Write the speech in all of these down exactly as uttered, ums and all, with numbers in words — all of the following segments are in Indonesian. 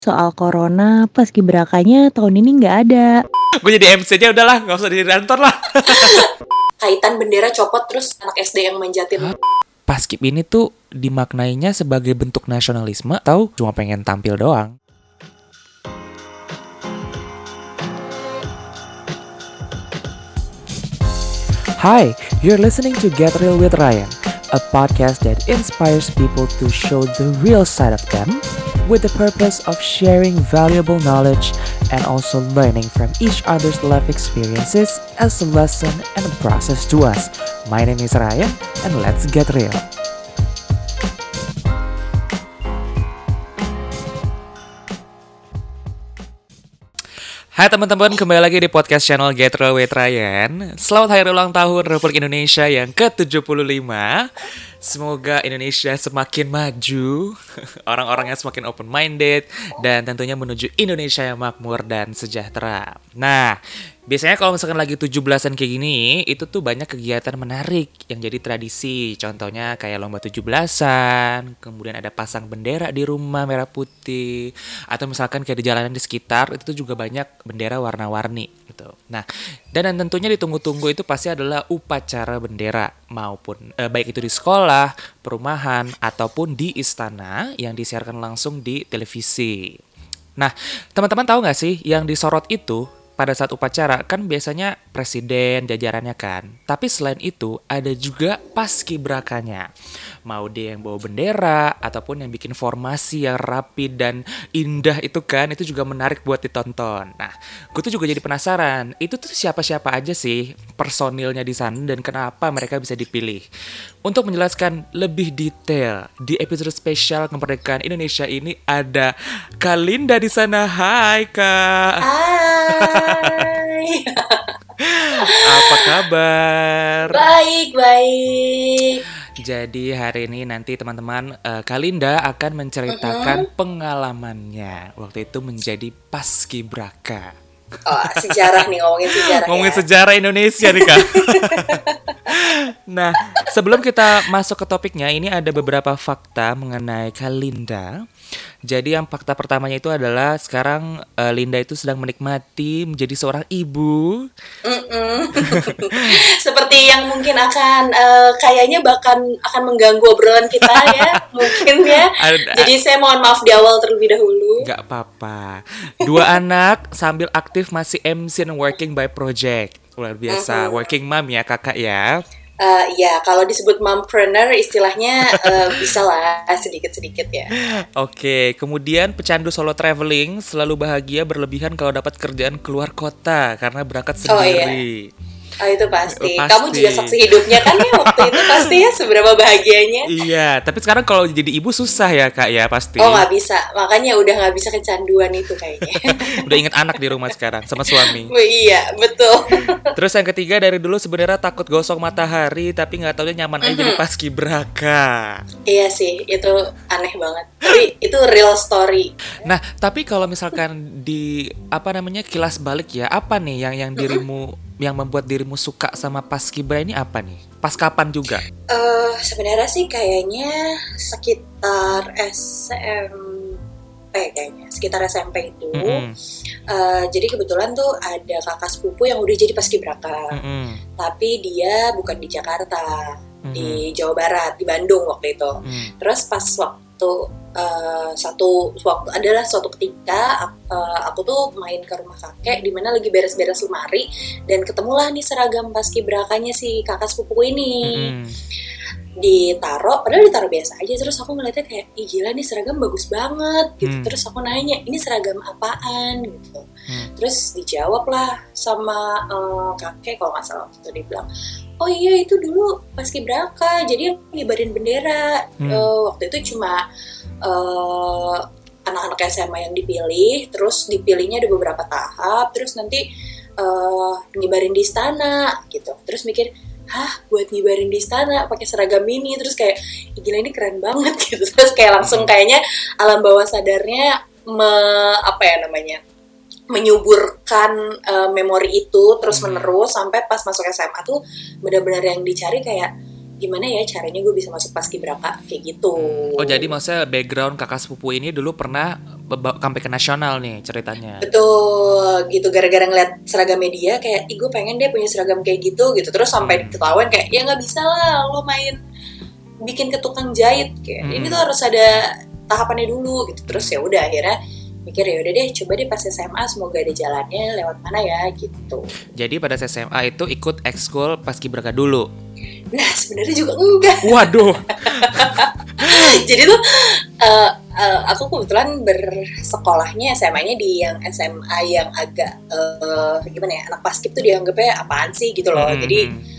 Soal corona, paskibrakanya tahun ini nggak ada. Gue jadi M C aja udahlah, nggak usah jadi kantor lah. Kaitan bendera copot terus anak S D yang manjatin. Paskib ini tuh dimaknainya sebagai bentuk nasionalisme atau cuma pengen tampil doang? Hi, you're listening to Get Real with Ryan, a podcast that inspires people to show the real side of them with the purpose of sharing valuable knowledge and also learning from each other's life experiences as a lesson and a process to us. My name is Ryan, and let's get real. Hai teman-teman, kembali lagi di podcast channel Get Real with Ryan. Selamat hari ulang tahun Republik Indonesia yang ke tujuh puluh lima. Semoga Indonesia semakin maju, orang-orangnya semakin open-minded, dan tentunya menuju Indonesia yang makmur dan sejahtera. Nah, biasanya kalau misalkan lagi tujuh belasan kayak gini, itu tuh banyak kegiatan menarik yang jadi tradisi. Contohnya kayak lomba tujuh belasan, kemudian ada pasang bendera di rumah merah putih, atau misalkan kayak di jalanan di sekitar, itu tuh juga banyak bendera warna-warni gitu. Nah, dan yang tentunya ditunggu-tunggu itu pasti adalah upacara bendera, maupun eh, baik itu di sekolah, perumahan, ataupun di istana yang disiarkan langsung di televisi. Nah, teman-teman tahu nggak sih yang disorot itu pada saat upacara kan biasanya presiden jajarannya kan. Tapi selain itu ada juga paskibrakanya. Mau dia yang bawa bendera ataupun yang bikin formasi yang rapi dan indah itu kan, itu juga menarik buat ditonton. Nah, gue tuh juga jadi penasaran, itu tuh siapa-siapa aja sih personilnya di sana dan kenapa mereka bisa dipilih. Untuk menjelaskan lebih detail di episode spesial kemerdekaan Indonesia ini ada Kak Linda di sana. Hai Kak. Hai. Apa kabar? Baik, baik. Jadi hari ini nanti teman-teman uh, Kak Linda akan menceritakan uh-huh. pengalamannya waktu itu menjadi paskibraka. Oh, sejarah nih, ngomongin sejarah. Ngomongin ya. sejarah Indonesia nih Kak. Nah, sebelum kita masuk ke topiknya, ini ada beberapa fakta mengenai Kak Linda. Jadi yang fakta pertamanya itu adalah sekarang uh, Linda itu sedang menikmati menjadi seorang ibu. Seperti yang mungkin akan uh, kayaknya bahkan akan mengganggu obrolan kita ya, mungkin ya. Ada, Jadi saya mohon maaf di awal terlebih dahulu. Gak apa-apa. Dua anak sambil aktif masih M C and working by project. Luar biasa, mm-hmm. working mom ya kakak ya. Uh, ya, kalau disebut mompreneur istilahnya uh, bisa lah sedikit-sedikit ya. Oke, kemudian pecandu solo traveling selalu bahagia berlebihan kalau dapat kerjaan keluar kota karena berangkat sendiri. Oh iya. Oh itu pasti. pasti. Kamu juga saksi hidupnya kan ya waktu itu pasti ya seberapa bahagianya. Iya, tapi sekarang kalau jadi ibu susah ya kak ya pasti. Oh nggak bisa, makanya udah nggak bisa kecanduan itu kayaknya. Udah inget anak di rumah sekarang sama suami. Oh, iya betul. Terus yang ketiga dari dulu sebenarnya takut gosok matahari tapi nggak taunya nyaman aja jadi paskibraka. Iya sih, itu aneh banget. Tapi itu real story. Nah, tapi kalau misalkan di apa namanya kilas balik ya, apa nih yang yang dirimu yang membuat dirimu suka sama paskibra ini apa nih? Pas kapan juga? Eh uh, sebenarnya sih kayaknya sekitar S M P kayaknya, sekitar S M P itu. Mm-hmm. Uh, jadi kebetulan tuh ada kakak sepupu yang udah jadi paskibraka. Mm-hmm. Tapi dia bukan di Jakarta, mm-hmm. di Jawa Barat, di Bandung waktu itu. Mm-hmm. Terus pas waktu Uh, satu waktu adalah suatu ketika uh, aku tuh main ke rumah kakek di mana lagi beres-beres lemari dan ketemulah nih seragam paskibrakanya si kakak sepupuku ini. Mm. Ditaruh, padahal ditaruh biasa aja. Terus aku ngeliatnya kayak, ih gila nih seragam bagus banget gitu. Mm. Terus aku nanya, ini seragam apaan gitu. Mm. Terus dijawab lah sama uh, kakek kalau nggak salah waktu itu dia bilang, oh iya itu dulu paskibraka, jadi ngibarin bendera. Mm. Uh, waktu itu cuma Uh, anak-anak S M A yang dipilih, terus dipilihnya ada beberapa tahap, terus nanti uh, ngibarin di istana gitu. Terus mikir, hah buat ngibarin di istana pakai seragam ini, terus kayak gila ini keren banget gitu. Terus kayak langsung kayaknya alam bawah sadarnya me, apa ya namanya menyuburkan uh, memori itu terus menerus sampai pas masuk S M A tuh benar-benar yang dicari kayak gimana ya caranya gue bisa masuk paskibraka kayak gitu. Oh jadi maksudnya background kakak sepupu ini dulu pernah be- sampai ke nasional nih ceritanya. Betul, gitu gara-gara ngeliat seragam media kayak, ih gue pengen deh punya seragam kayak gitu gitu. Terus sampai Hmm. ketahuan kayak, ya nggak bisa lah lo main bikin ke tukang jahit kayak. Hmm. Ini tuh harus ada tahapannya dulu gitu. Terus ya udah akhirnya mikir ya udah deh coba deh pas S M A semoga ada jalannya lewat mana ya gitu. Jadi pada S M A itu ikut ekskul paskibraka dulu. Nah sebenarnya juga enggak. Waduh. Jadi tuh uh, uh, aku kebetulan bersekolahnya S M A-nya di yang S M A yang agak uh, gimana ya, anak paskib tuh dianggapnya apaan sih gitu loh. Hmm. Jadi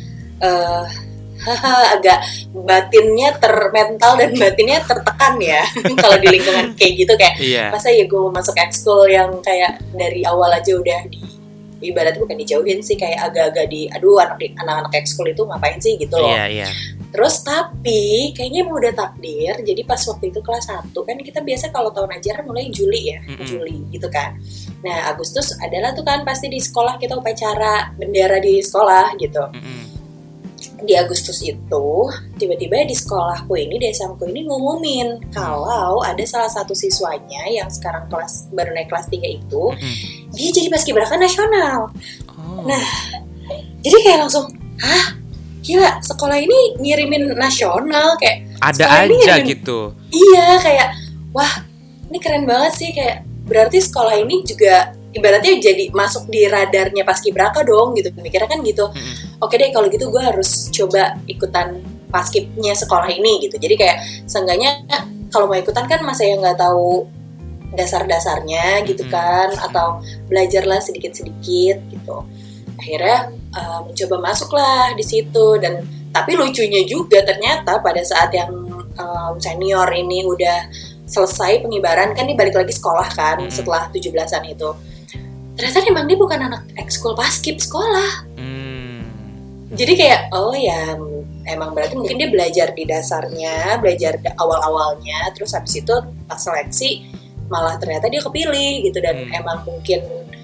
uh, haha, agak batinnya termental dan batinnya tertekan ya kalau di lingkungan kayak gitu kayak Iya. masa ya gue mau masuk ekskul yang kayak dari awal aja udah di ibaratnya bukan dijauhin sih kayak agak-agak di aduh anak anak-anak ekskul itu ngapain sih gitu loh. Iya, iya. Terus tapi kayaknya emang udah takdir. Jadi pas waktu itu kelas satu kan kita biasa kalau tahun ajaran mulai Juli ya, Mm-mm. Juli gitu kan. Nah, Agustus adalah tuh kan pasti di sekolah kita upacara bendera di sekolah gitu. Mm-mm. Di Agustus itu tiba-tiba di sekolahku ini, di S M ku ini ngumumin kalau ada salah satu siswanya yang sekarang kelas baru naik kelas tiga itu Mm-mm. dia jadi paskibraka nasional. Oh. Nah, jadi kayak langsung, hah? Gila, sekolah ini ngirimin nasional kayak ada sekolah ini aja ngirimin- gitu. Iya, kayak wah, ini keren banget sih kayak berarti sekolah ini juga ibaratnya jadi masuk di radarnya paskibraka dong gitu. Mikirnya kan gitu. Mm-mm. Oke deh kalau gitu gue harus coba ikutan paskibnya sekolah ini gitu. Jadi kayak seenggaknya kalau mau ikutan kan masa yang nggak tahu dasar-dasarnya gitu Mm-mm. kan, atau belajarlah sedikit-sedikit gitu. Akhirnya uh, mencoba masuklah di situ dan tapi lucunya juga ternyata pada saat yang um, senior ini udah selesai pengibaran kan dia balik lagi sekolah kan Mm-mm. setelah tujuh belasan itu. Ternyata emang dia bukan anak ekskul paskib sekolah. Hmm. Jadi kayak oh ya emang berarti mungkin dia belajar di dasarnya, belajar di awal-awalnya, terus habis itu pas seleksi malah ternyata dia kepilih gitu dan Hmm. emang mungkin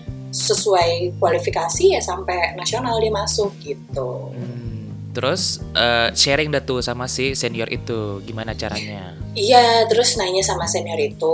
sesuai kualifikasi ya sampai nasional dia masuk gitu. Hmm. Terus eh, sharing dah tuh sama si senior itu gimana caranya? Iya, terus nanya sama senior itu,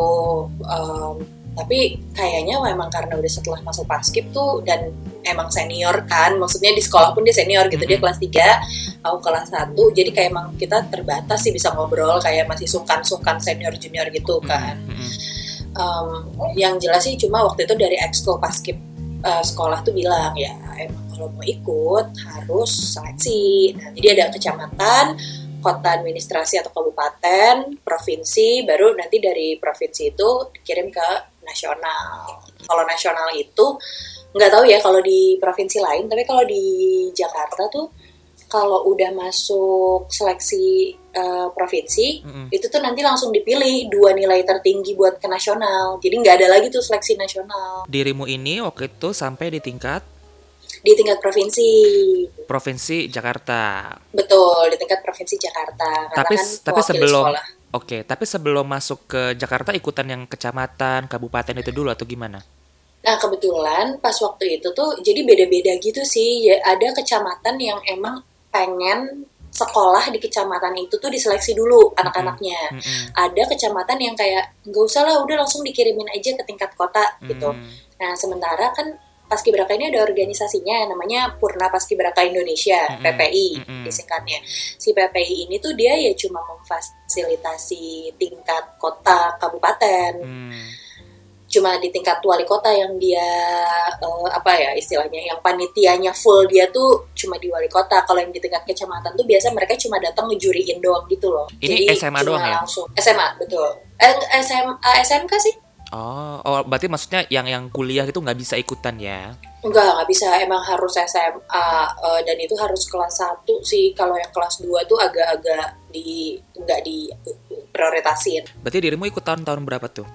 um, tapi kayaknya memang karena udah setelah masuk paskib tuh dan emang senior kan, maksudnya di sekolah pun dia senior gitu, dia Mm-mm. kelas tiga, aku kelas satu, jadi kayak emang kita terbatas sih bisa ngobrol, kayak masih sungkan-sungkan senior-junior gitu kan. Mm-mm. Um, yang jelas sih cuma waktu itu dari ekskul paskib uh, sekolah tuh bilang ya emang kalau mau ikut harus seleksi. Nah, jadi ada kecamatan, kota administrasi atau kabupaten, provinsi, baru nanti dari provinsi itu dikirim ke nasional. Kalau nasional itu nggak tahu ya kalau di provinsi lain, tapi kalau di Jakarta tuh kalau udah masuk seleksi uh, provinsi, Mm-mm. itu tuh nanti langsung dipilih dua nilai tertinggi buat ke nasional. Jadi nggak ada lagi tuh seleksi nasional Dirimu ini waktu itu sampai di tingkat di tingkat provinsi. provinsi Jakarta. Betul, di tingkat provinsi Jakarta. Karena Tapi kan tapi mewakili sebelum sekolah. Oke, tapi sebelum masuk ke Jakarta ikutan yang kecamatan, kabupaten itu dulu atau gimana? Nah kebetulan pas waktu itu tuh jadi beda-beda gitu sih. Ya, ada kecamatan yang emang pengen sekolah di kecamatan itu tuh diseleksi dulu anak-anaknya. Mm-mm. Ada kecamatan yang kayak nggak usah lah, udah langsung dikirimin aja ke tingkat kota gitu. Mm. Nah sementara kan Paskibraka ini ada organisasinya namanya Purna Paskibraka Indonesia, Mm-mm. P P I Mm-mm. disingkatnya. Si P P I ini tuh dia ya cuma memfasilitasi tingkat kota kabupaten. Mm. Cuma di tingkat wali kota yang dia eh, apa ya istilahnya yang panitianya full dia tuh cuma di wali kota. Kalau yang di tingkat kecamatan tuh biasa mereka cuma datang ngejuriin doang gitu loh. Ini Jadi S M A cuma doang ya? langsung S M A betul. Eh, S M A S M K sih? Oh, oh, berarti maksudnya yang yang kuliah itu nggak bisa ikutan ya? Enggak, nggak bisa. Emang harus S M A eh, dan itu harus kelas satu sih. Kalau yang kelas dua tuh agak-agak di nggak di prioritasin. Berarti dirimu ikut tahun-tahun berapa tuh?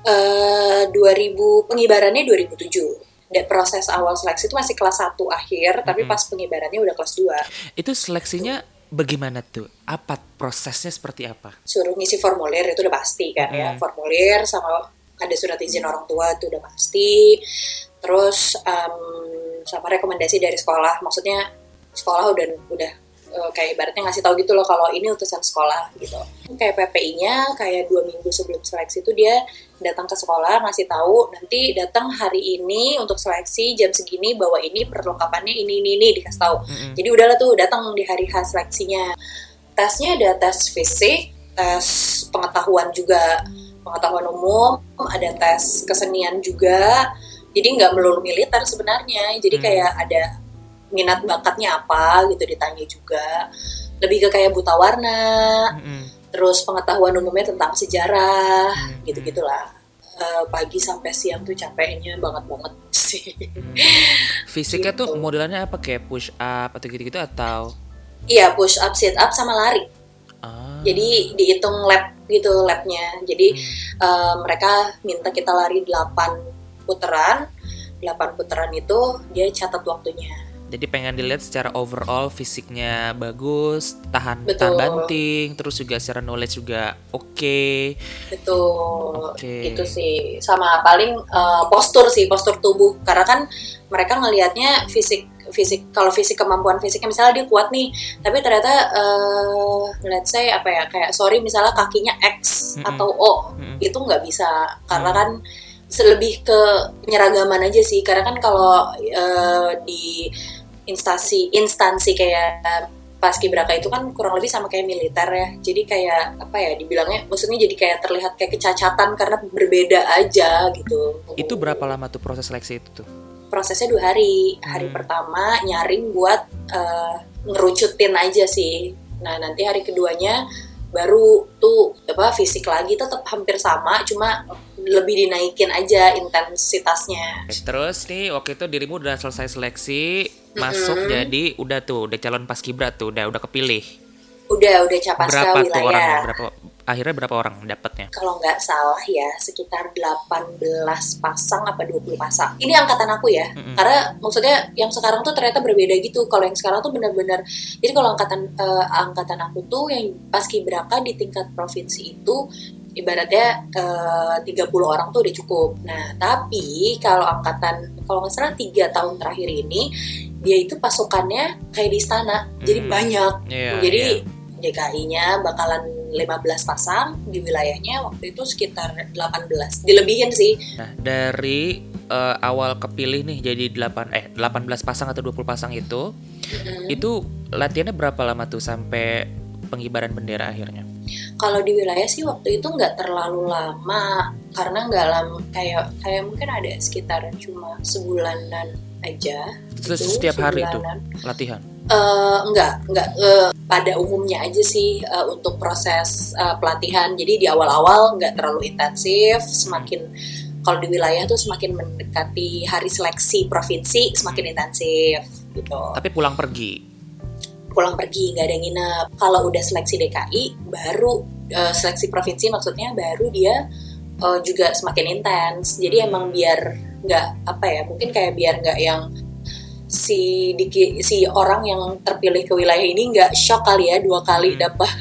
Eh dua ribu pengibarannya dua ribu tujuh. Dan proses awal seleksi itu masih kelas satu akhir, tapi Mm-mm. pas pengibarannya udah kelas dua. Itu seleksinya bagaimana tuh? Apa prosesnya seperti apa? Suruh ngisi formulir itu udah pasti kan ya. Mm-mm. Formulir sama ada surat izin orang tua itu udah pasti. Terus em, sama rekomendasi dari sekolah. Maksudnya sekolah udah udah uh, kayak ibaratnya ngasih tahu gitu loh kalau ini utusan sekolah gitu. Kayak P P I-nya kayak dua minggu sebelum seleksi itu dia datang ke sekolah ngasih tahu nanti datang hari ini untuk seleksi jam segini bawa ini perlengkapannya ini ini ini dikasih tahu. Mm-hmm. Jadi udahlah tuh datang di hari H seleksinya. Tesnya ada tes fisik, tes pengetahuan juga, pengetahuan umum, ada tes kesenian juga. Jadi nggak melulu militer sebenarnya. Jadi hmm. kayak ada minat bakatnya apa gitu ditanya juga. Lebih ke kayak buta warna, hmm. terus pengetahuan umumnya tentang sejarah, hmm. gitu-gitulah. Uh, pagi sampai siang tuh capeknya banget-banget sih. Hmm. Fisiknya gitu. Tuh modelannya apa kayak push up atau gitu-gitu atau? Iya push up, sit up sama lari. Ah. Jadi dihitung lap gitu lapnya. Jadi hmm. uh, mereka minta kita lari delapan putaran, delapan putaran itu dia catat waktunya. Jadi pengen dilihat secara overall fisiknya bagus, tahan tahan banting, terus juga secara knowledge juga oke. Okay. Betul. Okay. Itu sih sama paling uh, postur sih, postur tubuh. Karena kan mereka ngelihatnya fisik fisik kalau fisik kemampuan fisiknya misalnya dia kuat nih, tapi ternyata uh, let's say apa ya kayak sorry misalnya kakinya X mm-hmm. atau O, mm-hmm. itu nggak bisa karena mm-hmm. kan lebih ke penyeragaman aja sih karena kan kalau uh, di instansi instansi kayak Paskibraka itu kan kurang lebih sama kayak militer ya, jadi kayak apa ya dibilangnya maksudnya jadi kayak terlihat kayak kecacatan karena berbeda aja gitu. Itu berapa lama tuh proses seleksi itu tuh? Prosesnya dua hari. Hari hmm. pertama nyaring buat uh, ngerucutin aja sih. Nah nanti hari keduanya baru tuh apa fisik lagi tetap hampir sama, cuma lebih dinaikin aja intensitasnya. Terus nih waktu itu dirimu udah selesai seleksi, mm-hmm. masuk jadi udah tuh udah calon paskibra tuh udah udah kepilih. Udah udah capaska berapa wilayah. Tuh orang, berapa akhirnya berapa orang dapatnya? Kalau nggak salah ya sekitar delapan belas pasang apa dua puluh pasang. Ini angkatan aku ya. Mm-hmm. Karena maksudnya yang sekarang tuh ternyata berbeda gitu. Kalau yang sekarang tuh benar-benar jadi kalau angkatan uh, angkatan aku tuh yang paskibraka di tingkat provinsi itu ibaratnya uh, tiga puluh orang tuh udah cukup. Nah, tapi kalau angkatan kalau nggak salah tiga tahun terakhir ini dia itu pasukannya kayak di istana. Mm. Jadi banyak. Yeah, jadi yeah. D K I-nya bakalan lima belas pasang, di wilayahnya waktu itu sekitar delapan belas. Dilebihin sih. Nah, dari uh, awal kepilih nih jadi delapan eh delapan belas pasang atau dua puluh pasang itu, mm-hmm. itu latihannya berapa lama tuh sampai pengibaran bendera akhirnya? Kalau di wilayah sih waktu itu nggak terlalu lama karena nggak lama kayak kayak mungkin ada sekitar cuma sebulanan aja. Terus gitu, setiap hari itu latihan? Uh, enggak, enggak uh, pada umumnya aja sih uh, untuk proses uh, pelatihan. Jadi di awal-awal enggak terlalu intensif, semakin kalau di wilayah tuh semakin mendekati hari seleksi provinsi semakin intensif gitu. Tapi pulang pergi? Pulang pergi, enggak ada yang nginep. Kalau udah seleksi D K I baru uh, seleksi provinsi maksudnya baru dia uh, juga semakin intens. Jadi emang biar enggak apa ya, mungkin kayak biar enggak yang si diki, si orang yang terpilih ke wilayah ini nggak shock kali ya dua kali hmm. dapat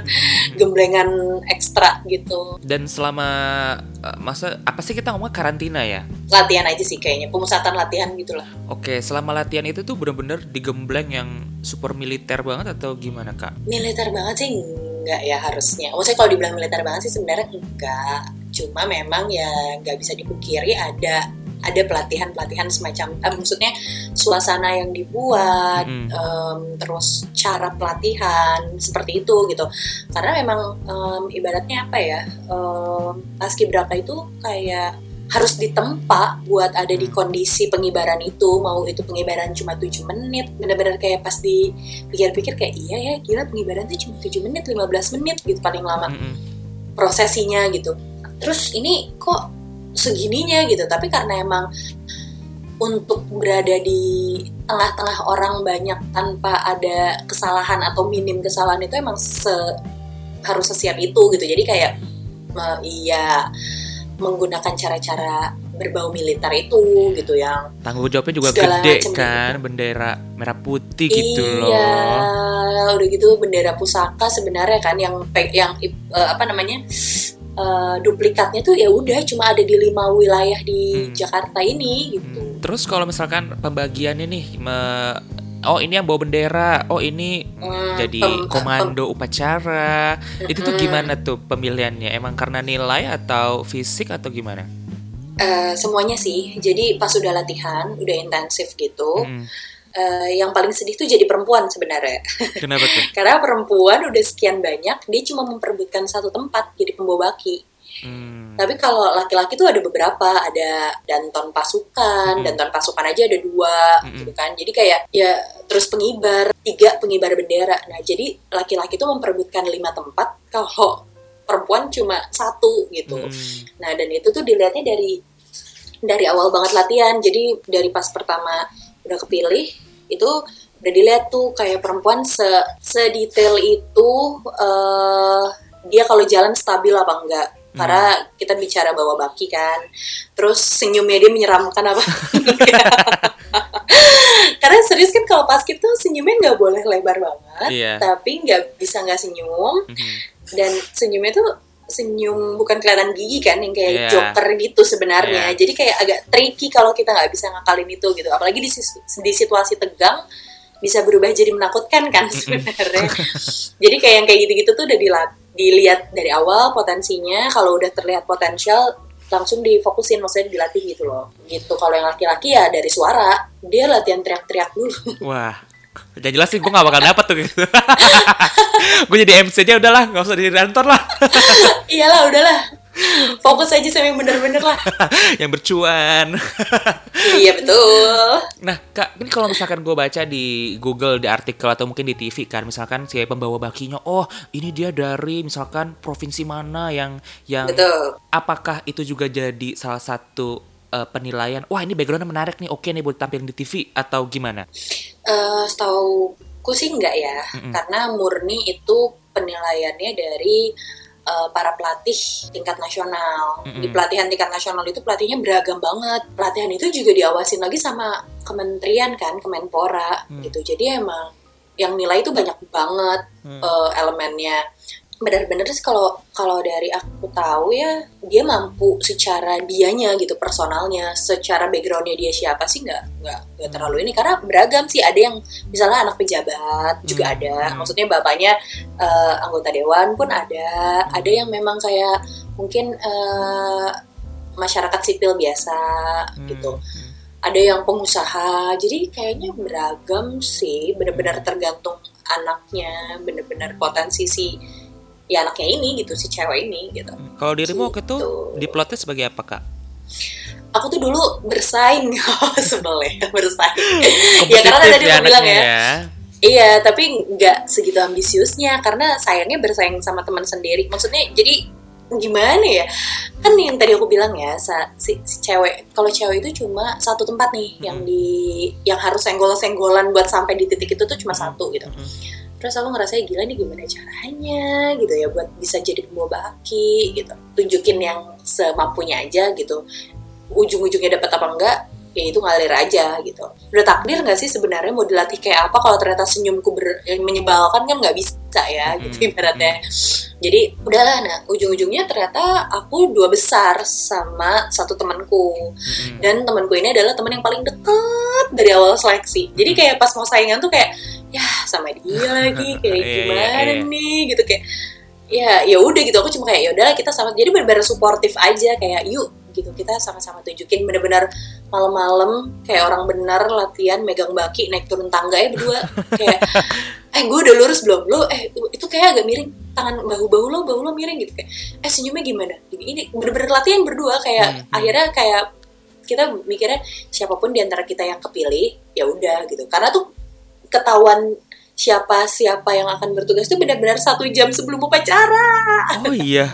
gemblengan ekstra gitu. Dan selama uh, masa apa sih kita ngomong karantina ya? Latihan aja sih kayaknya, pemusatan latihan gitulah. Oke, selama latihan itu tuh bener-bener digembleng yang super militer banget atau gimana Kak? Militer banget sih enggak ya harusnya. Maksudnya kalau dibilang militer banget sih sebenarnya enggak. Cuma memang ya nggak bisa dipungkiri ada ada pelatihan-pelatihan semacam, eh, maksudnya suasana yang dibuat, mm. um, terus cara pelatihan seperti itu gitu. Karena memang um, ibaratnya apa ya, um, paskibraka itu kayak harus ditempa buat ada di kondisi pengibaran itu. Mau itu pengibaran cuma tujuh menit, benar-benar kayak pas dipikir-pikir kayak iya ya gila pengibaran itu cuma tujuh menit, lima belas menit gitu paling lama mm-hmm. prosesinya gitu. Terus ini kok segininya gitu, tapi karena emang untuk berada di tengah-tengah orang banyak tanpa ada kesalahan atau minim kesalahan itu emang se, harus sesiap itu gitu. Jadi kayak uh, iya menggunakan cara-cara berbau militer itu gitu yang tanggung jawabnya juga gede kan gitu. Bendera merah putih gitu iya, loh. Iya, udah gitu bendera pusaka sebenarnya kan yang yang uh, apa namanya Uh, duplikatnya tuh ya udah cuma ada di lima wilayah di hmm. Jakarta ini gitu. Hmm. Terus kalau misalkan pembagiannya nih me, oh ini yang bawa bendera, oh ini Hmm, jadi pem- komando upacara. Itu tuh Mm-mm. gimana tuh pemilihannya? Emang karena nilai atau fisik atau gimana? Eh, semuanya sih. Jadi pas udah latihan, udah intensif gitu. Mm-mm. eh, yang paling sedih tuh jadi perempuan sebenarnya. Kenapa tuh? Karena perempuan udah sekian banyak, dia cuma memperebutkan satu tempat jadi pembawa baki. Hmm. Tapi kalau laki-laki tuh ada beberapa, ada danton pasukan, Mm-mm. danton pasukan aja ada dua, Mm-mm. gitu kan. Jadi kayak ya terus pengibar, tiga pengibar bendera. Nah jadi laki-laki tuh memperebutkan lima tempat, kalau perempuan cuma satu gitu. Mm-mm. Nah dan itu tuh dilihatnya dari dari awal banget latihan. Jadi dari pas pertama udah kepilih itu udah dilihat tuh kayak perempuan se sedetail itu eh dia kalau jalan stabil apa enggak. Karena kita bicara bawa baki kan. Terus senyumnya dia menyeramkan apa enggak. Karena serius kan kalau basket tuh senyumnya nggak boleh lebar banget, Iya. tapi nggak bisa nggak senyum. Mhm. Dan senyumnya tuh senyum bukan kelihatan gigi kan, yang kayak Iya. joker gitu sebenarnya. Iya. Jadi kayak agak tricky kalau kita nggak bisa ngakalin itu gitu. Apalagi di, sis- di situasi tegang bisa berubah jadi menakutkan kan sebenarnya. Jadi kayak yang kayak gitu-gitu tuh udah dilat- dilihat dari awal potensinya. Kalau udah terlihat potensial langsung difokusin, maksudnya dilatih gitu loh. Gitu. Kalau yang laki-laki ya dari suara, dia latihan teriak-teriak dulu. Wah, jangan jelas sih gue gak bakal dapet tuh gitu. Gue jadi M C aja udahlah, gak usah di kantor lah. Iyalah udahlah, fokus aja sama yang bener-bener lah. Yang bercuan. Iya betul. Nah Kak, ini kalau misalkan gue baca di Google, di artikel atau mungkin di T V kan, misalkan si pembawa bakinya, oh ini dia dari misalkan provinsi mana yang yang Betul. apakah itu juga jadi salah satu uh, penilaian? Wah ini backgroundnya menarik nih, oke nih buat tampil di T V atau gimana? Eh, setauku sih enggak ya, Mm-mm. karena murni itu penilaiannya dari eh, para pelatih tingkat nasional. Mm-mm. Di pelatihan tingkat nasional itu pelatihnya beragam banget. Pelatihan itu juga diawasin lagi sama kementerian kan, Kemenpora Hmm. gitu. Jadi emang yang nilai itu banyak banget Hmm. eh, elemennya. Benar-benar sih kalau kalau dari aku tahu ya, dia mampu secara dianya gitu, personalnya, secara backgroundnya dia siapa sih nggak nggak nggak terlalu ini, karena beragam sih. Ada yang misalnya anak pejabat juga Hmm. ada, Hmm. maksudnya bapaknya eh, anggota dewan pun ada, ada yang memang kayak mungkin eh, masyarakat sipil biasa Hmm. gitu, Hmm. ada yang pengusaha. Jadi kayaknya beragam sih, benar-benar tergantung anaknya, benar-benar potensi si ya anaknya ini gitu, si cewek ini gitu. Kalau dirimu waktu itu Gitu. diplotnya sebagai apa Kak? Aku tuh dulu bersaing sebenarnya bersaing. Ya Kompetitif karena tadi ya aku bilang anaknya ya. Iya, tapi nggak segitu ambisiusnya karena sayangnya bersaing sama teman sendiri. Maksudnya jadi gimana ya? Kan yang tadi aku bilang ya, sa- si, si cewek, kalau cewek itu cuma satu tempat nih yang di yang harus senggol-senggolan buat sampai di titik itu tuh cuma satu gitu. Mm-mm. Terus aku ngerasa gila nih gimana caranya gitu ya buat bisa jadi pembawa baki gitu. Tunjukin yang semampunya aja gitu. Ujung-ujungnya dapat apa enggak, ya itu ngalir aja gitu. Udah takdir nggak sih sebenarnya mau dilatih kayak apa kalau ternyata senyumku ber- yang menyebalkan kan nggak bisa ya gitu Mm-mm. ibaratnya. Jadi udahlah, nah ujung-ujungnya ternyata aku dua besar sama satu temanku. Mm-mm. Dan temanku ini adalah teman yang paling dekat dari awal seleksi. Jadi kayak pas mau saingan tuh kayak ya sama dia lagi kayak Iya, gimana iya. nih gitu, kayak ya ya udah gitu. Aku cuma kayak ya udahlah kita sama, jadi benar-benar suportif aja, kayak yuk gitu kita sama-sama tunjukin. Bener-bener malam-malam kayak orang benar latihan megang baki naik turun tangga ya berdua kayak eh gue udah lurus belum, lo eh itu kayak agak miring tangan, bahu-bahu lo bahu lo miring gitu, kayak eh senyumnya gimana gini. Ini bener-bener latihan berdua kayak Hmm, hmm. akhirnya kayak kita mikirnya siapapun di antara kita yang kepilih ya udah gitu, karena tuh ketahuan siapa siapa yang akan bertugas tuh benar-benar satu jam sebelum upacara. Oh iya.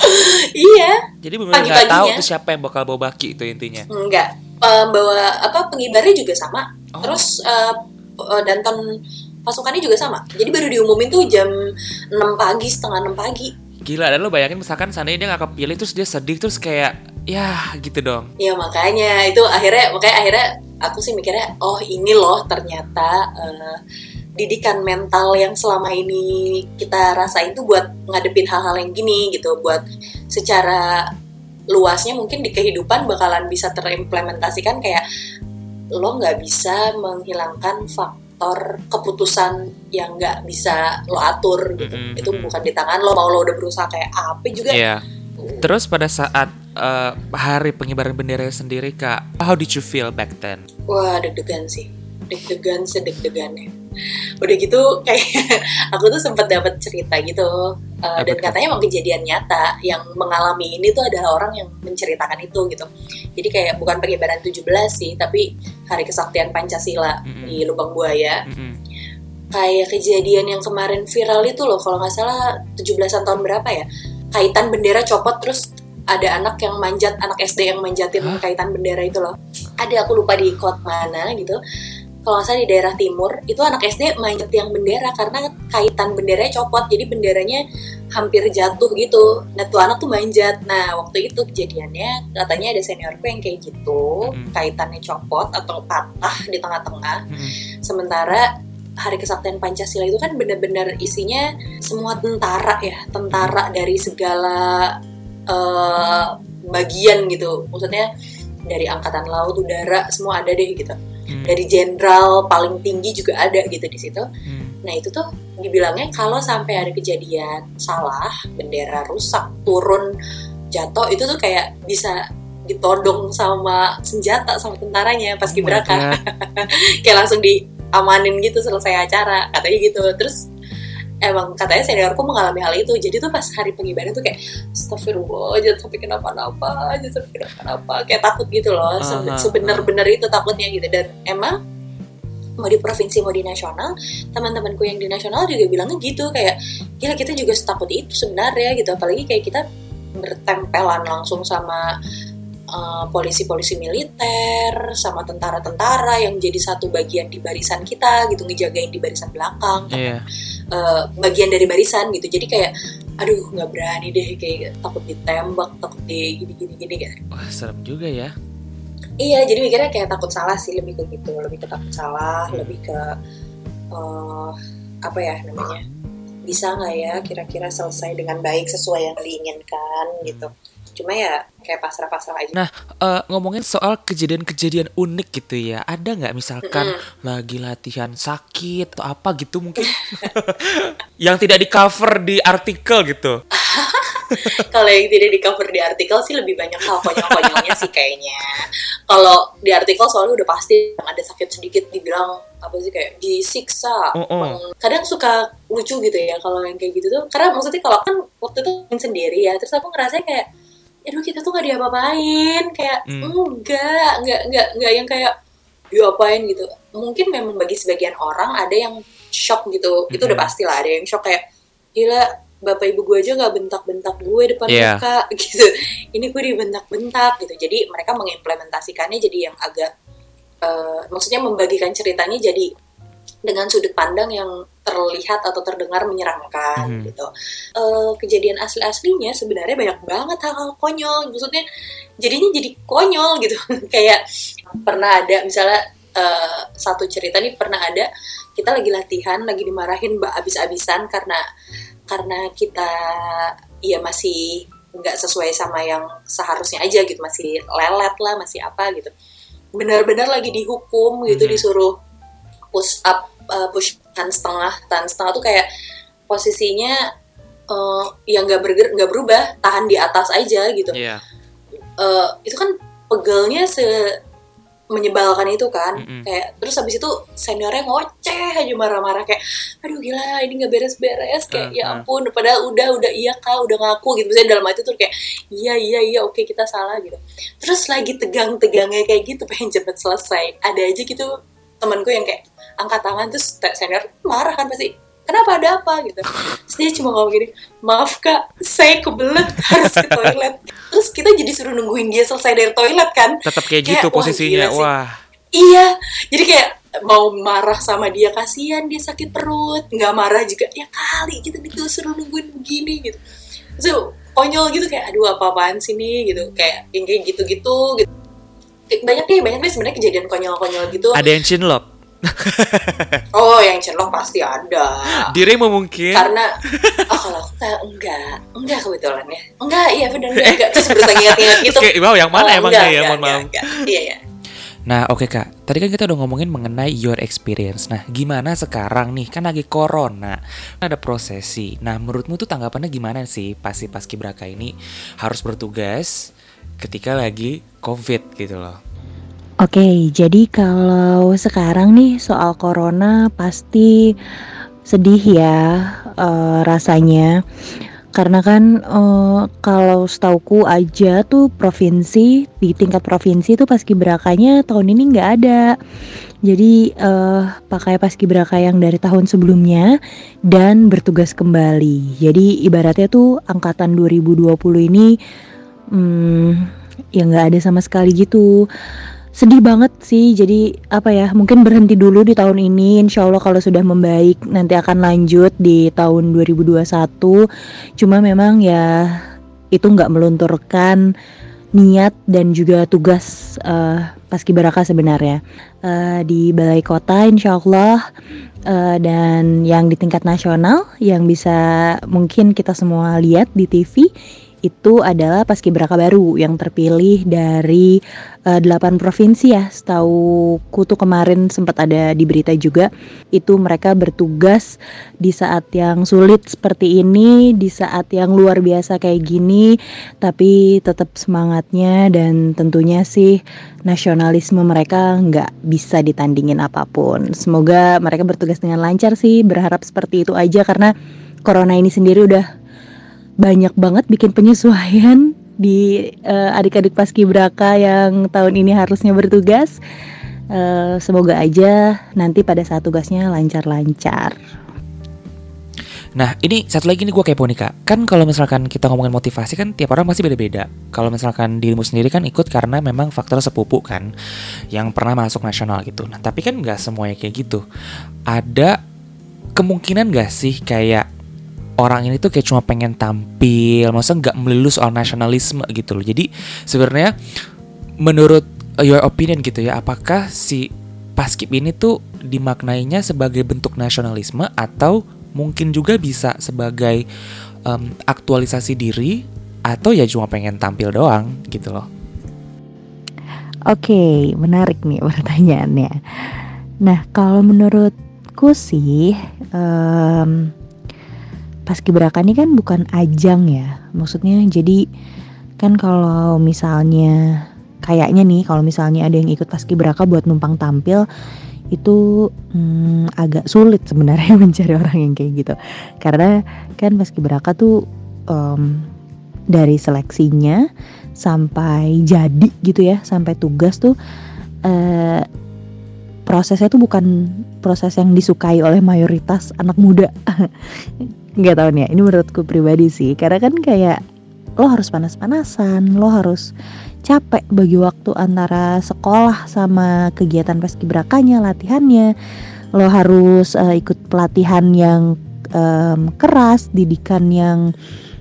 Iya, Jadi benar nggak tahu Pagi-paginya. tuh siapa yang bakal bawa baki itu intinya. enggak. Pembawa apa pengibarnya juga sama. Oh. Terus eh, p- eh, danton pasukannya juga sama. Jadi baru diumumin tuh jam enam pagi, setengah enam pagi. Gila, dan lo bayangin misalkan seandainya dia nggak kepilih terus dia sedih terus kayak ya gitu dong. Ya makanya itu akhirnya makanya akhirnya aku sih mikirnya oh ini loh ternyata eh, didikan mental yang selama ini kita rasain tuh buat ngadepin hal-hal yang gini gitu, buat secara luasnya mungkin di kehidupan bakalan bisa terimplementasikan, kayak lo nggak bisa menghilangkan faktor faktor keputusan yang nggak bisa lo atur gitu. Mm-hmm. Itu bukan di tangan lo, mau lo udah berusaha kayak apa juga. Yeah. Terus pada saat uh, hari pengibaran bendera sendiri Kak, how did you feel back then? Wah, deg-degan sih, deg-degan sedeg-degannya. Udah gitu kayak aku tuh sempat dapat cerita gitu, uh, dan katanya emang kejadian nyata yang mengalami ini tuh adalah orang yang menceritakan itu gitu. Jadi kayak bukan pengibaran tujuh belas sih, tapi Hari Kesaktian Pancasila mm-hmm. di Lubang Buaya. Mm-hmm. Kayak kejadian yang kemarin viral itu loh, kalau nggak salah tujuh belasan tahun berapa ya, kaitan bendera copot terus ada anak yang manjat, anak S D yang manjatin huh? kaitan bendera itu loh. Ada, aku lupa di kota mana gitu. Kalau nggak salah di daerah timur, itu anak S D manjat yang bendera karena kaitan benderanya copot, jadi benderanya hampir jatuh gitu. Nah tuh anak tuh manjat. Nah waktu itu kejadiannya katanya ada seniorku yang kayak gitu, mm. kaitannya copot atau patah di tengah-tengah. Mm. Sementara Hari Kesaktian Pancasila itu kan benar-benar isinya semua tentara ya, tentara dari segala uh, bagian gitu. Maksudnya dari angkatan laut, udara, semua ada deh gitu. Hmm. Dari jenderal paling tinggi juga ada gitu di situ. Hmm. Nah itu tuh dibilangnya kalau sampai ada kejadian salah, bendera rusak, turun, jatuh, itu tuh kayak bisa ditodong sama senjata sama tentaranya pas kibraka. Oh kayak langsung diamanin gitu selesai acara, katanya gitu. Terus emang katanya seniorku mengalami hal itu. Jadi tuh pas hari pengibaran tuh kayak astagfirullah, jangan sampai kenapa-napa, jangan sampai kenapa-napa, kayak takut gitu loh. Se- uh-huh. Sebener-bener itu takutnya gitu. Dan emang mau di provinsi mau di nasional, teman-temanku yang di nasional juga bilangnya gitu, kayak gila kita juga setakut itu sebenarnya gitu. Apalagi kayak kita bertempelan langsung sama Uh, polisi-polisi militer sama tentara-tentara yang jadi satu bagian di barisan kita gitu, ngejagain di barisan belakang, yeah. uh, bagian dari barisan gitu. Jadi kayak aduh nggak berani deh, kayak takut ditembak, takut di gini-gini-gini kayak. Wah serem juga ya. Iya, jadi mikirnya kayak takut salah sih, lebih ke gitu, lebih ke takut salah, lebih ke uh, apa ya namanya, bisa nggak ya kira-kira selesai dengan baik sesuai yang diinginkan gitu. Cuma ya kayak pasrah-pasrah aja. Nah uh, ngomongin soal kejadian-kejadian unik gitu ya, ada nggak misalkan mm-hmm. lagi latihan sakit atau apa gitu mungkin yang tidak di cover di artikel gitu? Kalau yang tidak di cover di artikel sih lebih banyak hal konyol-konyolnya sih kayaknya. Kalau di artikel soalnya udah pasti yang ada sakit sedikit dibilang apa sih kayak disiksa. Uh-uh. Kadang suka lucu gitu ya kalau yang kayak gitu tuh. Karena maksudnya kalau kan waktu itu sendiri ya, terus aku ngerasa kayak aduh kita tuh gak diapa-apain, kayak mm. enggak, enggak, enggak, enggak yang kayak diapain gitu. Mungkin memang bagi sebagian orang ada yang shock gitu, mm-hmm. itu udah pasti lah, ada yang shock kayak gila bapak ibu gue aja gak bentak-bentak gue depan yeah. muka gitu, ini gue dibentak-bentak gitu. Jadi mereka mengimplementasikannya jadi yang agak uh, maksudnya membagikan ceritanya jadi dengan sudut pandang yang terlihat atau terdengar menyeramkan mm-hmm. gitu. Uh, kejadian asli-aslinya sebenarnya banyak banget hal-hal konyol. Maksudnya jadinya jadi konyol gitu. Kayak pernah ada misalnya uh, satu cerita nih, pernah ada kita lagi latihan, lagi dimarahin mbak abis-abisan karena karena kita ya masih nggak sesuai sama yang seharusnya aja gitu, masih lelet lah, masih apa gitu. Benar-benar lagi dihukum gitu, mm-hmm. disuruh push up, uh, push tahan setengah, tahan setengah tuh kayak posisinya uh, yang nggak berger, nggak berubah, tahan di atas aja gitu. Yeah. Uh, itu kan pegelnya se menyebalkan itu kan, mm-hmm. kayak terus habis itu seniornya ngoceh aja marah-marah kayak, aduh gila ini nggak beres-beres kayak uh, ya ampun, uh. padahal udah udah iya kak udah ngaku gitu, misalnya dalam hati tuh kayak iya iya iya oke kita salah gitu. Terus lagi tegang-tegangnya kayak gitu pengen cepet selesai, ada aja gitu temanku yang kayak angkat tangan, terus senior marah kan pasti, kenapa ada apa gitu. Terus dia cuma ngomong gini, maaf kak saya kebelet harus ke toilet. Terus kita jadi suruh nungguin dia selesai dari toilet kan, tetap kayak, kayak gitu posisinya. Wah, wah iya, jadi kayak mau marah sama dia, kasihan dia sakit perut, nggak marah juga ya kali gitu gitu, suruh nungguin begini gitu. So konyol gitu kayak aduh apa-apaan sih nih gitu, kayak yang kayak gitu-gitu gitu. Banyak deh, banyak deh sebenarnya kejadian konyol-konyol gitu. Ada yang cinlok? Oh, yang cinlok pasti ada. Dirimu mungkin? Karena, oh kalau aku kayak enggak, enggak kebetulan ya. Enggak, iya benar enggak, enggak. Terus berusaha ingat-ingat gitu. Terus kayak, wow, yang mana oh, emang enggak, ya, enggak, mohon maaf. Enggak, iya, iya. Nah, oke Kak. Tadi kan kita udah ngomongin mengenai your experience. Nah, gimana sekarang nih? Kan lagi corona, ada prosesi. Nah, menurutmu tuh tanggapannya gimana sih pas si paskibraka ini harus bertugas ketika lagi COVID gitu loh? Oke, jadi kalau sekarang nih soal corona pasti sedih ya eh, rasanya. Karena kan eh, kalau setauku aja tuh provinsi, di tingkat provinsi tuh paskibrakanya tahun ini nggak ada. Jadi eh, pakai paskibraka yang dari tahun sebelumnya dan bertugas kembali. Jadi ibaratnya tuh angkatan dua ribu dua puluh ini hmm, ya nggak ada sama sekali gitu. Sedih banget sih, jadi apa ya, mungkin berhenti dulu di tahun ini. Insya Allah kalau sudah membaik nanti akan lanjut di tahun dua ribu dua puluh satu. Cuma memang ya itu nggak melunturkan niat dan juga tugas uh, paskibraka sebenarnya. Uh, di balai kota insya Allah uh, dan yang di tingkat nasional yang bisa mungkin kita semua lihat di T V itu adalah paskibraka baru yang terpilih dari uh, delapan provinsi ya. Setauku tuh kemarin sempat ada di berita juga. Itu mereka bertugas di saat yang sulit seperti ini, di saat yang luar biasa kayak gini, tapi tetap semangatnya dan tentunya sih nasionalisme mereka nggak bisa ditandingin apapun. Semoga mereka bertugas dengan lancar sih, berharap seperti itu aja karena corona ini sendiri udah banyak banget bikin penyesuaian di uh, adik-adik paskibraka yang tahun ini harusnya bertugas. Uh, semoga aja nanti pada saat tugasnya lancar-lancar. Nah, ini satu lagi nih gue kepo nih Kak. Kan kalau misalkan kita ngomongin motivasi kan tiap orang pasti beda-beda. Kalau misalkan dirimu sendiri kan ikut karena memang faktor sepupu kan yang pernah masuk nasional gitu. Nah, tapi kan gak semuanya kayak gitu. Ada kemungkinan gak sih kayak orang ini tuh kayak cuma pengen tampil, maksudnya nggak melulu soal nasionalisme gitu loh. Jadi sebenarnya menurut your opinion gitu ya, apakah si paskib ini tuh dimaknainya sebagai bentuk nasionalisme atau mungkin juga bisa sebagai um, aktualisasi diri atau ya cuma pengen tampil doang gitu loh? Oke, menarik nih pertanyaannya. Nah, kalau menurutku sih um, paskibraka ini kan bukan ajang ya, maksudnya jadi kan kalau misalnya kayaknya nih kalau misalnya ada yang ikut paskibraka buat numpang tampil itu hmm, agak sulit sebenarnya mencari orang yang kayak gitu, karena kan paskibraka tuh um, dari seleksinya sampai jadi gitu ya, sampai tugas tuh uh, prosesnya tuh bukan proses yang disukai oleh mayoritas anak muda. Nggak tahu nih ya, ini menurutku pribadi sih, karena kan kayak lo harus panas-panasan, lo harus capek bagi waktu antara sekolah sama kegiatan paskibrakanya, latihannya. Lo harus uh, ikut pelatihan yang um, keras, didikan yang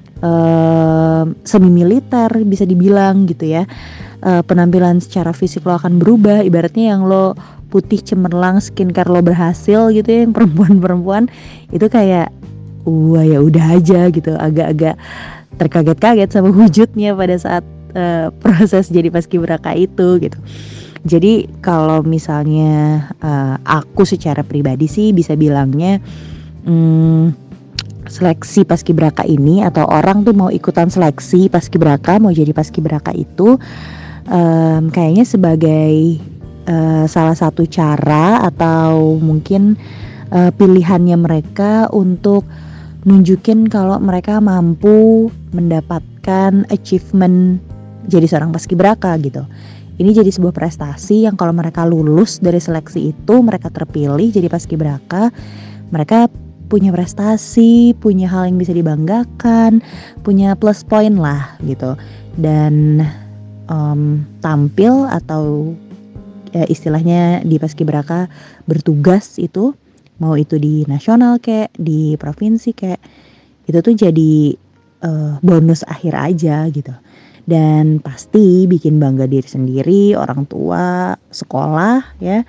um, semi militer bisa dibilang gitu ya. Uh, penampilan secara fisik lo akan berubah, ibaratnya yang lo putih cemerlang, skincare lo berhasil gitu ya, yang perempuan-perempuan itu kayak wah ya udah aja gitu, agak-agak terkaget-kaget sama wujudnya pada saat uh, proses jadi paskibraka itu gitu. Jadi kalau misalnya uh, aku secara pribadi sih bisa bilangnya hmm, seleksi paskibraka ini atau orang tuh mau ikutan seleksi paskibraka, mau jadi paskibraka itu um, kayaknya sebagai uh, salah satu cara atau mungkin uh, pilihannya mereka untuk nunjukin kalau mereka mampu mendapatkan achievement jadi seorang paskibraka gitu. Ini jadi sebuah prestasi yang kalau mereka lulus dari seleksi itu, mereka terpilih jadi paskibraka, mereka punya prestasi, punya hal yang bisa dibanggakan, punya plus point lah gitu. Dan um, tampil atau ya istilahnya di paskibraka bertugas itu, mau itu di nasional kayak di provinsi kayak, itu tuh jadi uh, bonus akhir aja gitu. Dan pasti bikin bangga diri sendiri, orang tua, sekolah ya.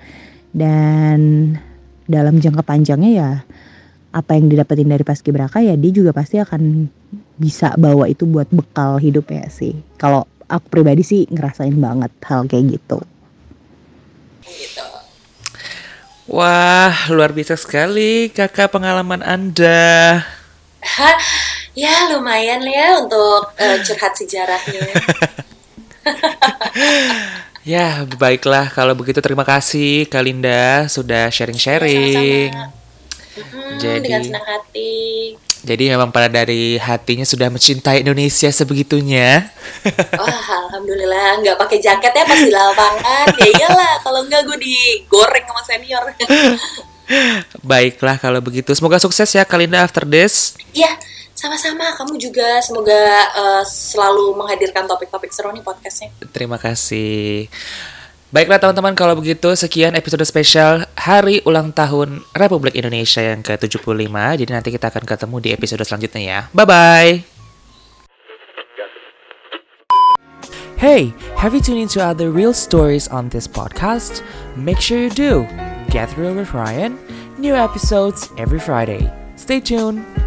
Dan dalam jangka panjangnya ya apa yang didapetin dari paskibraka ya dia juga pasti akan bisa bawa itu buat bekal hidup ya sih. Kalau aku pribadi sih ngerasain banget hal kayak gitu. Wah, luar biasa sekali kakak pengalaman Anda. Hah, ya lumayan ya untuk uh, curhat sejarahnya. Ya, baiklah kalau begitu terima kasih Kak Linda sudah sharing-sharing. Sama-sama. Mm-mm, Jadi dengan senang hati. Jadi memang pada dari hatinya sudah mencintai Indonesia sebegitunya. Wah, alhamdulillah nggak pakai jaket ya pas di lapangan. Ya iyalah, kalau nggak gue digoreng sama senior. Baiklah kalau begitu. Semoga sukses ya Kak Linda after this. Iya, sama-sama. Kamu juga semoga uh, selalu menghadirkan topik-topik seru nih podcastnya. Terima kasih. Baiklah teman-teman, kalau begitu sekian episode spesial Hari Ulang Tahun Republik Indonesia yang ke tujuh puluh lima. Jadi nanti kita akan ketemu di episode selanjutnya ya. Bye-bye. Hey, have you tuned into other real stories on this podcast? Make sure you do. Get Real with Ryan. New episodes every Friday. Stay tuned.